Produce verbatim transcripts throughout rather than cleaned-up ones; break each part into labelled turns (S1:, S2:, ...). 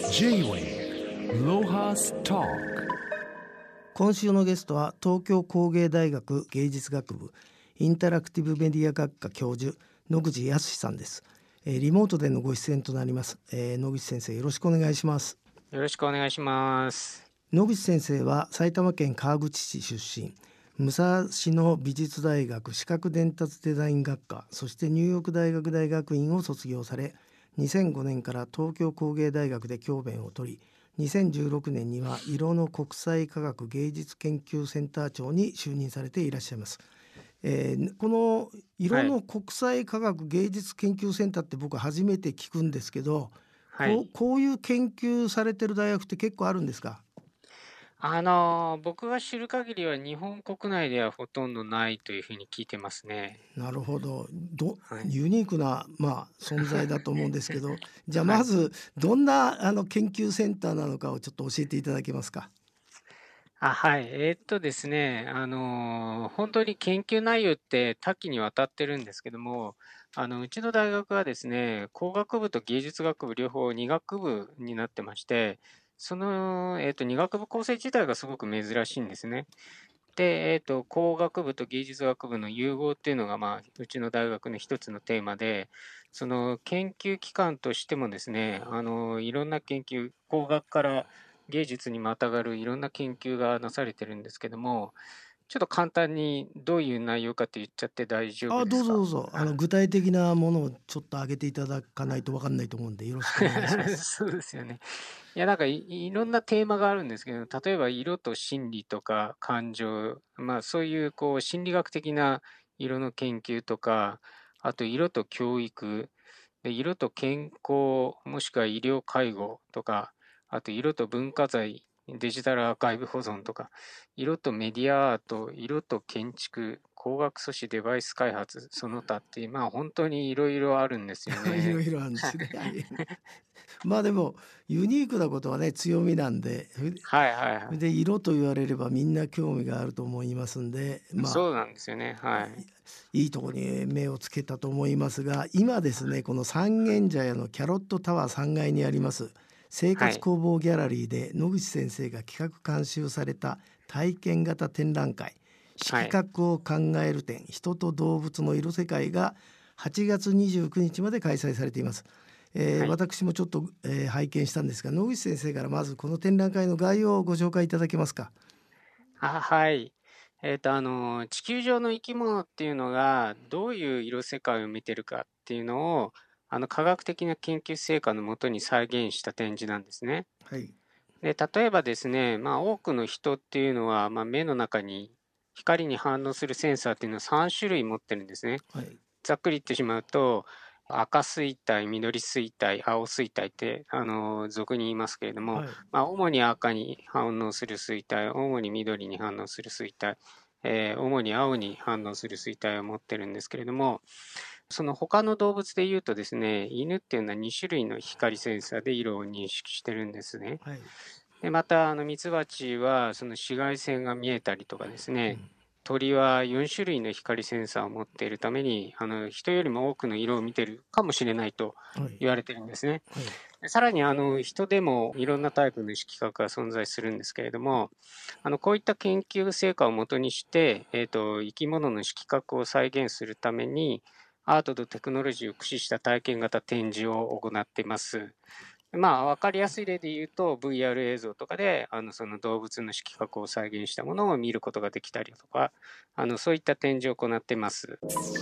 S1: J-Wave ロハストーク。
S2: 今週のゲストは東京工芸大学芸術学部インタラクティブメディア学科教授野口康さんです。えーリモートでのご出演となります、えー野口先生、よろしくお願いします。
S3: よろしくお願いします。
S2: 野口先生は埼玉県川口市出身、武蔵野美術大学視覚伝達デザイン学科、そしてニューヨーク大学大学院を卒業され、にせんごねんから東京工芸大学で教鞭を取り、にせんじゅうろくねんには色の国際科学芸術研究センター長に就任されていらっしゃいます。えーこの色の国際科学芸術研究センターって僕初めて聞くんですけど、
S3: はい、
S2: こう、こういう研究されてる大学って結構あるんですか？
S3: あの僕が知る限りは日本国内ではほとんどないというふうに聞いてますね。
S2: なるほど。ど
S3: はい、
S2: ユニークな、まあ、存在だと思うんですけどじゃあ
S3: はい、
S2: まずどんなあの研究センターなのかをちょっと教えていただけますか？
S3: あ、はい、えーっとですね、あの本当に研究内容って多岐にわたってるんですけども、あのうちの大学はですね、工学部と芸術学部両方に学部になってまして、その、えーっと、に学部構成自体がすごく珍しいんですね。で、えっと、工学部と芸術学部の融合っていうのが、まあ、うちの大学の一つのテーマで、その研究機関としてもですね、あの、いろんな研究、工学から芸術にまたがるいろんな研究がなされてるんですけども、ちょっと簡単にどういう内容かって言っちゃって大丈夫
S2: あ、どう
S3: ですか？
S2: ぞどうぞ。あの具体的なものをちょっと挙げていただかないと分かんないと思うんでよろしくお願いします。
S3: そうですよね。いや、なんかい、いろんなテーマがあるんですけど、例えば色と心理とか感情、まあそういうこう心理学的な色の研究とか、あと色と教育、で色と健康、もしくは医療介護とか、あと色と文化財、デジタルアーカイブ保存とか、色とメディアアート、色と建築、工学素子デバイス開発、その他っていう、まあ本当にいろいろあるんですよ
S2: いろ
S3: ね。
S2: いろあるんですね。はい。まあでもユニークなことはね強みなんで、それで
S3: はいはいはい。
S2: それで色と言われればみんな興味があると思いますんで、まあ
S3: そうなんですよね。はい。
S2: いいところに目をつけたと思いますが、今ですねこの三軒茶屋のキャロットタワーさんがいにあります生
S3: はい。
S2: 活工房ギャラリーで野口先生が企画監修された体験型展覧会、
S3: はい。
S2: 色覚を考える展、人と動物の色世界がはちがつにじゅうくにちまで開催されています。えー
S3: はい。
S2: 私もちょっと、えー拝見したんですが、野口先生からまずこの展覧会の概要をご紹介いただけますか？
S3: あ、はい。えっと、あの、地球上の生き物っていうのがどういう色世界を見てるかっていうのを、あの、科学的な研究成果のもとに再現した展示なんですね。
S2: はい。
S3: で、例えばですね、まあ、多くの人っていうのは、まあ、目の中に光に反応するセンサーっていうのをさん種類持ってるんですね。
S2: はい。
S3: ざっくり言ってしまうと、赤錐体、緑錐体、青錐体って、あの、俗に言いますけれども、
S2: はい。
S3: まあ、主に赤に反応する錐体、主に緑に反応する錐体、えー主に青に反応する錐体を持ってるんですけれども、その他の動物で言うとですね、犬っていうのはに種類の光センサーで色を認識してるんですね。
S2: はい。
S3: で、また、あの、ミツバチは、その紫外線が見えたりとかですね、鳥はよん種類の光センサーを持っているために、あの、人よりも多くの色を見てるかもしれないと
S2: はい。
S3: 言われてるんですね。
S2: はい。
S3: でさらに、あの、人でもいろんなタイプの色覚が存在するんですけれども、あの、こういった研究成果をもとにして、えっと、生き物の色覚を再現するために、アートとテクノロジーを駆使した体験型展示を行っています。まあ、わかりやすい例で言うと、ブイアール 映像とかで、あの、その動物の色覚を再現したものを見ることができたりとか、あの、そういった展示を行っています。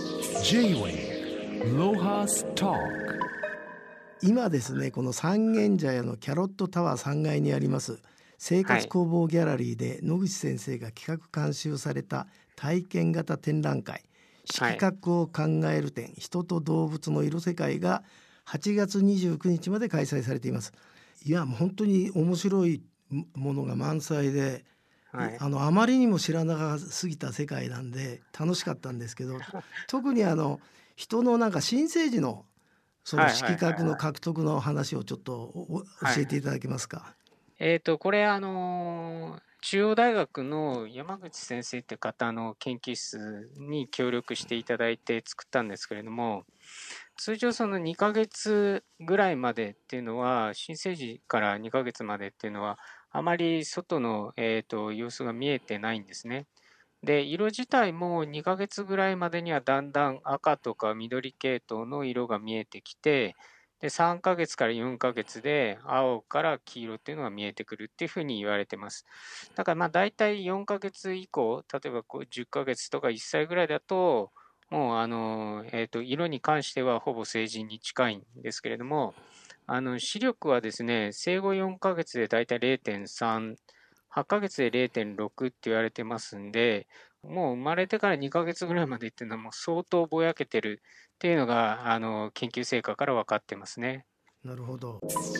S1: J-Wave ロハストーク。
S2: 今ですねこの三軒茶屋のキャロットタワーさんがいにあります生
S3: はい。
S2: 活工房ギャラリーで野口先生が企画監修された体験型展覧会、色
S3: はい。
S2: 覚を考える展、人と動物の色世界がはちがつにじゅうくにちまで開催されています。いやもう本当に面白いものが満載で、い
S3: はい。
S2: あのあまりにも知らなすぎた世界なんで楽しかったんですけど、特にあの人のなんか新生児のその
S3: はい。はい。
S2: 色覚の
S3: はい。
S2: 獲得の話をちょっとお
S3: はい。
S2: 教えていただけますか？
S3: えっと、これ、あの、中央大学の山口先生って方の研究室に協力していただいて作ったんですけれども、 通常そのにかげつぐらいまでっていうのは、新生児からにかげつまでっていうのは、あまり外の、えーと、様子が見えてないんですね。で、色自体もにかげつぐらいまでにはだんだん赤とか緑系統の色が見えてきて、で、さんかげつからよんかげつで青から黄色っていうのが見えてくるっていうふうに言われてます。だからまあ大体よんかげつ以降、例えばこうじゅっかげつとかいっさいぐらいだと、もうあの、えーと、色に関してはほぼ成人に近いんですけれども、あの視力はですね、生後よんかげつでだいたいれいてんさん、はっかげつでれいてんろくって言われてますんで、もう生まれてからにかげつぐらいまでっていうのはもう相当ぼやけてるっていうのがあの研究成果から分かってますね。
S2: なるほど。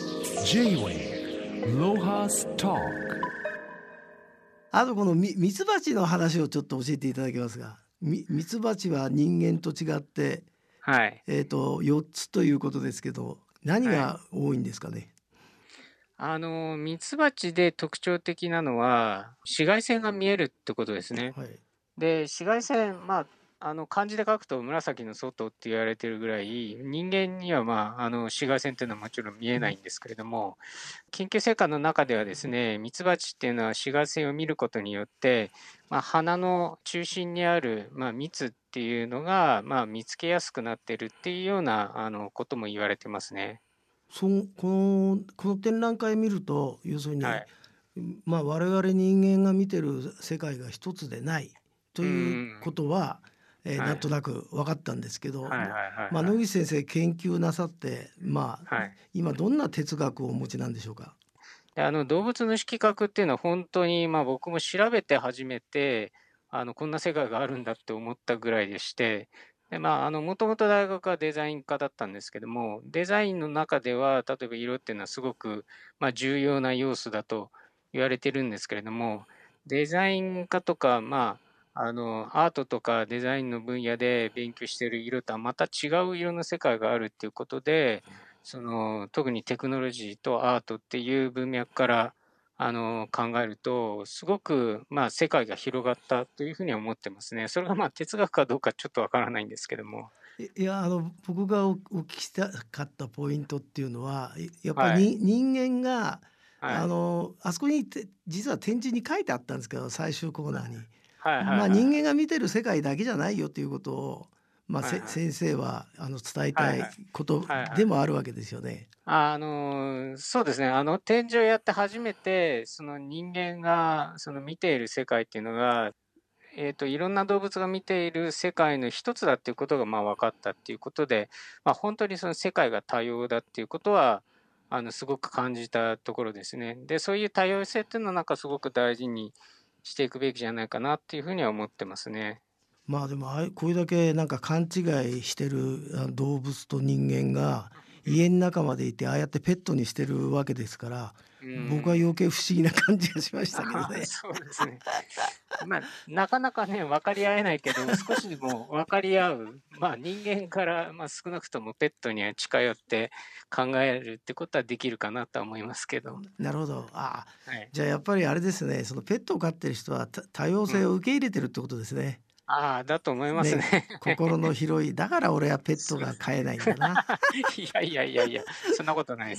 S1: J-Wave Lohas Talk。
S2: あとこのミミツバチの話をちょっと教えていただけますが、ミミツバチは人間と違って、
S3: はい。
S2: えー、とよっつということですけど、何が多いんですかね。
S3: あのミツバチで特徴的なのは紫外線が見えるってことですね。
S2: はい、
S3: で、紫外線、まあ、あの漢字で書くと紫の外って言われてるぐらい、人間には、まあ、あの紫外線っていうのはもちろん見えないんですけれども、研究成果の中ではですね、ミツバチっていうのは紫外線を見ることによって、まあ、花の中心にある、まあ、蜜っていうのが、まあ、見つけやすくなってるっていうようなあのことも言われてますね。
S2: そのこのこの展覧会見ると、要するに、
S3: はい。
S2: まあ、我々人間が見てる世界が一つでないと
S3: う
S2: いう
S3: ん。
S2: ことは、えー
S3: はい。
S2: なんとなく分かったんですけど、
S3: はいはいはい
S2: まあ、
S3: はい。
S2: 野口先生研究なさって、まあ、
S3: はい。
S2: 今どんな哲学をお持ちなんでしょうか。
S3: で、あの動物の色覚っていうのは本当に、まあ、僕も調べて初めてあのこんな世界があるんだって思ったぐらいでして、で、まあ、あのもともと大学はデザイン科だったんですけども、デザインの中では例えば色っていうのはすごく、まあ、重要な要素だと言われてるんですけれども、デザイン科とか、まあ、あのアートとかデザインの分野で勉強している色とはまた違う色の世界があるっていうことで、その特にテクノロジーとアートっていう文脈からあの考えると、すごく、まあ、世界が広がったというふうには思ってますね。それがまあ哲学かどうかちょっとわからないんですけども。
S2: いいや、あの僕がおお聞きしたかったポイントっていうのは、いやっぱり
S3: はい。
S2: に人間があ
S3: はい。
S2: のあそこにて実は展示に書いてあったんですけど、最終コーナーに、
S3: はいはい
S2: まあ、人間
S3: はい
S2: が見てる世界だけじゃないよということを、まあ、
S3: はい。はい
S2: せ先生はあの伝えたい
S3: はいはい。
S2: こと
S3: はいはい。
S2: でもあるわけですよね。
S3: あの、そうですね。あの展示をやって初めて、その人間がその見ている世界っていうのが、えーと、いろんな動物が見ている世界の一つだっていうことがまあ分かったっていうことで、まあ、本当にその世界が多様だっていうことはあのすごく感じたところですね。で、そういう多様性っていうのはなんかすごく大事にしていくべきじゃないかなっていうふうには思ってますね。
S2: まあでもああこれだけなんか勘違いしてるあ動物と人間が家の中までいて、ああやってペットにしてるわけですから、
S3: う
S2: 僕は
S3: ん。
S2: 余計不思議な感じがしましたけど
S3: ああ、
S2: ね。
S3: そうですね。まあ、なかなかね、分かり合えないけど、少しでも分かり合う、まあ、人間から、まあ、少なくともペットには近寄って考えるってことはできるかなとは思いますけど。
S2: なるほど。ああ、
S3: はい。
S2: じゃあやっぱりあれですね、そのペットを飼ってる人はた多様
S3: うん。
S2: 性を受け入れてるってことですね。
S3: ああ、だと思いますね。
S2: ね、心の広い、だから俺はペット
S3: そう。
S2: が飼えないんだな。
S3: いやいやいやいや、そんなことないです。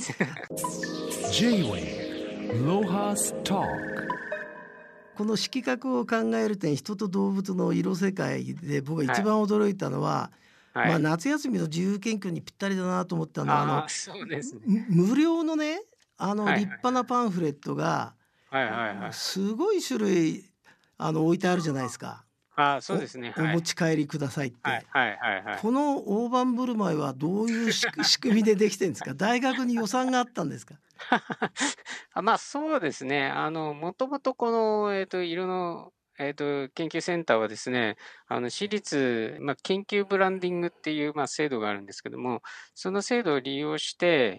S1: J-Wave Lohas Talk。
S2: この色覚を考える点、人と動物の色世界で僕が
S3: はい。
S2: 一番驚いたのは、まあ、
S3: はい。
S2: 夏休みの自由研究にぴったりだなと思ったのは、あの
S3: ああ、そうですね。
S2: む無料のね、あの
S3: はいはい。
S2: 立派なパンフレットが
S3: はいはいはい。
S2: すごい種類あの置いてあるじゃないですか。
S3: ああ、そう
S2: お
S3: ですね。
S2: お
S3: はい。
S2: 持ち帰りくださいっ
S3: はい
S2: て。
S3: はいはいはい。
S2: この大盤振る舞いはどういうし仕組みでできてるんですか。大学に予算があったんですか。
S3: あ、まあ、そうですね。あの、もともとこの、えっと、色の、えっと、研究センターはですね、あの、私立、まあ、研究ブランディングっていう、まあ、制度があるんですけども、その制度を利用して、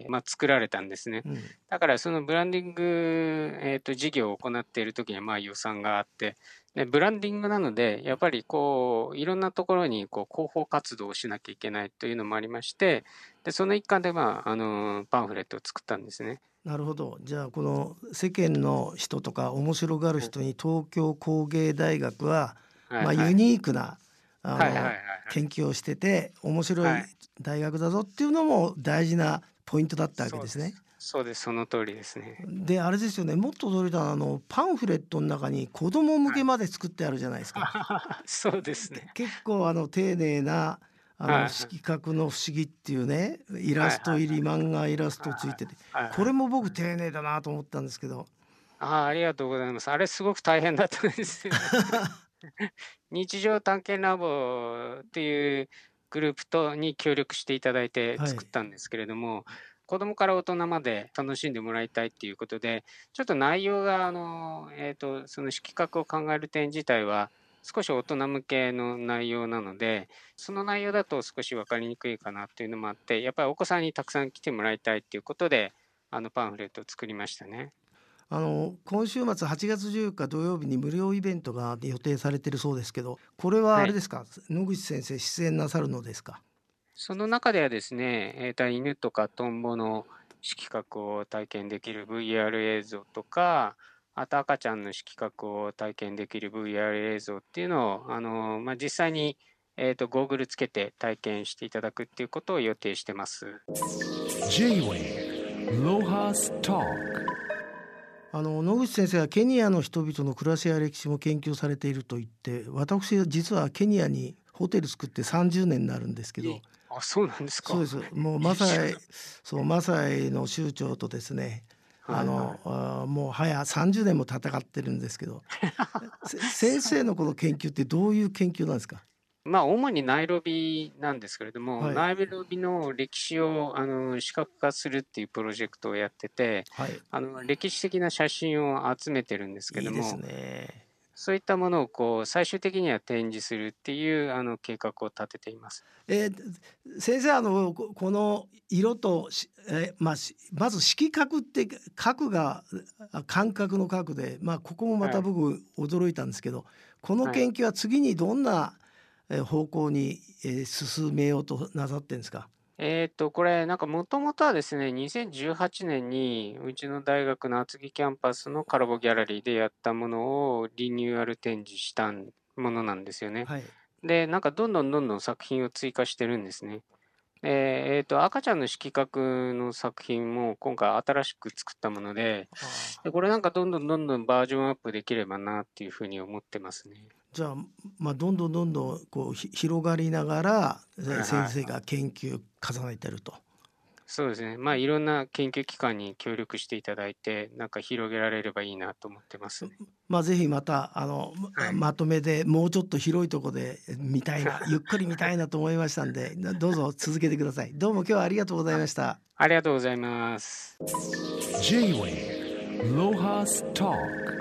S3: まあ、作られたんですね。
S2: うん、
S3: だから、そのブランディング、えっと、事業を行っているときには、まあ、予算があって、で、ブランディングなので、やっぱりこう、いろんなところにこう広報活動をしなきゃいけないというのもありまして、で、その一環で、まあ、あの、パンフレットを作ったんですね。
S2: なるほど。じゃあこの世間の人とか面白がる人に東京工芸大学は、まあ、ユ
S3: はいはい。
S2: ニークなあの、
S3: はいはいはいはい。
S2: 研究をしてて面白い
S3: はい。
S2: 大学だぞっていうのも大事なポイントだったわけですね。
S3: そうです。そうです。その通りですね。
S2: であれですよね、もっと驚いたのはあのパンフレットの中に子供向
S3: はい。
S2: けまで作ってあるじゃないですか。
S3: そうです
S2: け
S3: ね。
S2: 結構あの丁寧なあの
S3: はいはい。
S2: 色覚の不思議っていうね、イラ
S3: はい
S2: スト入り
S3: はいはい。
S2: 漫画イラス
S3: はい
S2: トついてて、
S3: はい。はい
S2: これも
S3: はい。
S2: 僕丁寧だなと思ったんですけど。
S3: ああ、ありがとうございます。あれすごく大変だったんですよね。日常探検ラボっていうグループとに協力していただいて
S2: はい。
S3: 作ったんですけれども、子供から大人まで楽しんでもらいたいっていうことで、ちょっと内容があの、えっと、その色覚を考える点自体は少し大人向けの内容なので、その内容だと少し分かりにくいかなっていうのもあって、やっぱりお子さんにたくさん来てもらいたいっていうことで、あのパンフレットを作りましたね。
S2: あの今週末はちがつじゅうよっか土曜日に無料イベントが予定されているそうですけど、これはあ
S3: はい。
S2: れですか、野口先生出演なさるのですか。
S3: その中ではですね、えーと、犬とかトンボの色覚を体験できる ブイアール 映像とか、あと赤ちゃんの色覚を体験できる ブイアール 映像っていうのを、あのまあ、実際に、えーと、ゴーグルつけて体験していただくっていうことを予定してます。
S1: J-Wave Lohas Talk。
S2: あの野口先生はケニアの人々の暮らしや歴史も研究されていると言って、私は実はケニアにホテル作ってさんじゅうねんになるんですけど。
S3: あ、そうなんですか。
S2: そうです。もうマサイ、そうマサイの州長とですね、あの、はいはい、あもう早さんじゅうねんも戦ってるんですけど先生のこの研究ってどういう研究なんですか。
S3: まあ、主にナイロビなんですけれども、
S2: はい、
S3: ナイロビの歴史をあの視覚化するっていうプロジェクトをやってて、
S2: はい、
S3: あの歴史的な写真を集めてるんですけども、いいです
S2: ね。
S3: そういったものをこう最終的には展示するっていうあの計画を立てています。
S2: えー、先生あのこの色と、えーまあ、まず色覚って覚が感覚の覚で、まあ、ここもまた僕驚いたんですけど、はい、この研究は次にどんな方向に進めようとなさってるんですか。
S3: えっと、これ、なんかもともとはですね、にせんじゅうはちねんにうちの大学の厚木キャンパスのカラボギャラリーでやったものをリニューアル展示したものなんですよね。はい、で、なんかどんどんどんどん作品を追加してるんですね。えー、と赤ちゃんの色覚の作品も今回新しく作ったもので、でこれなんかどんどんどんどんバージョンアップできればなっていうふうに思ってますね。
S2: じゃあ、まあ、どんどんどんどんこう広がりながら先生が研究重ねてると。
S3: そうですね。まあいろんな研究機関に協力していただいて、なんか広げられればいいなと思ってますね。
S2: まあぜひまたあの、はい、まとめでもうちょっと広いところで見たいなゆっくり見たいなと思いましたんでどうぞ続けてください。どうも今日はありがとうございました。
S3: ありがとうございます。
S1: J-Wave Lohas Talk。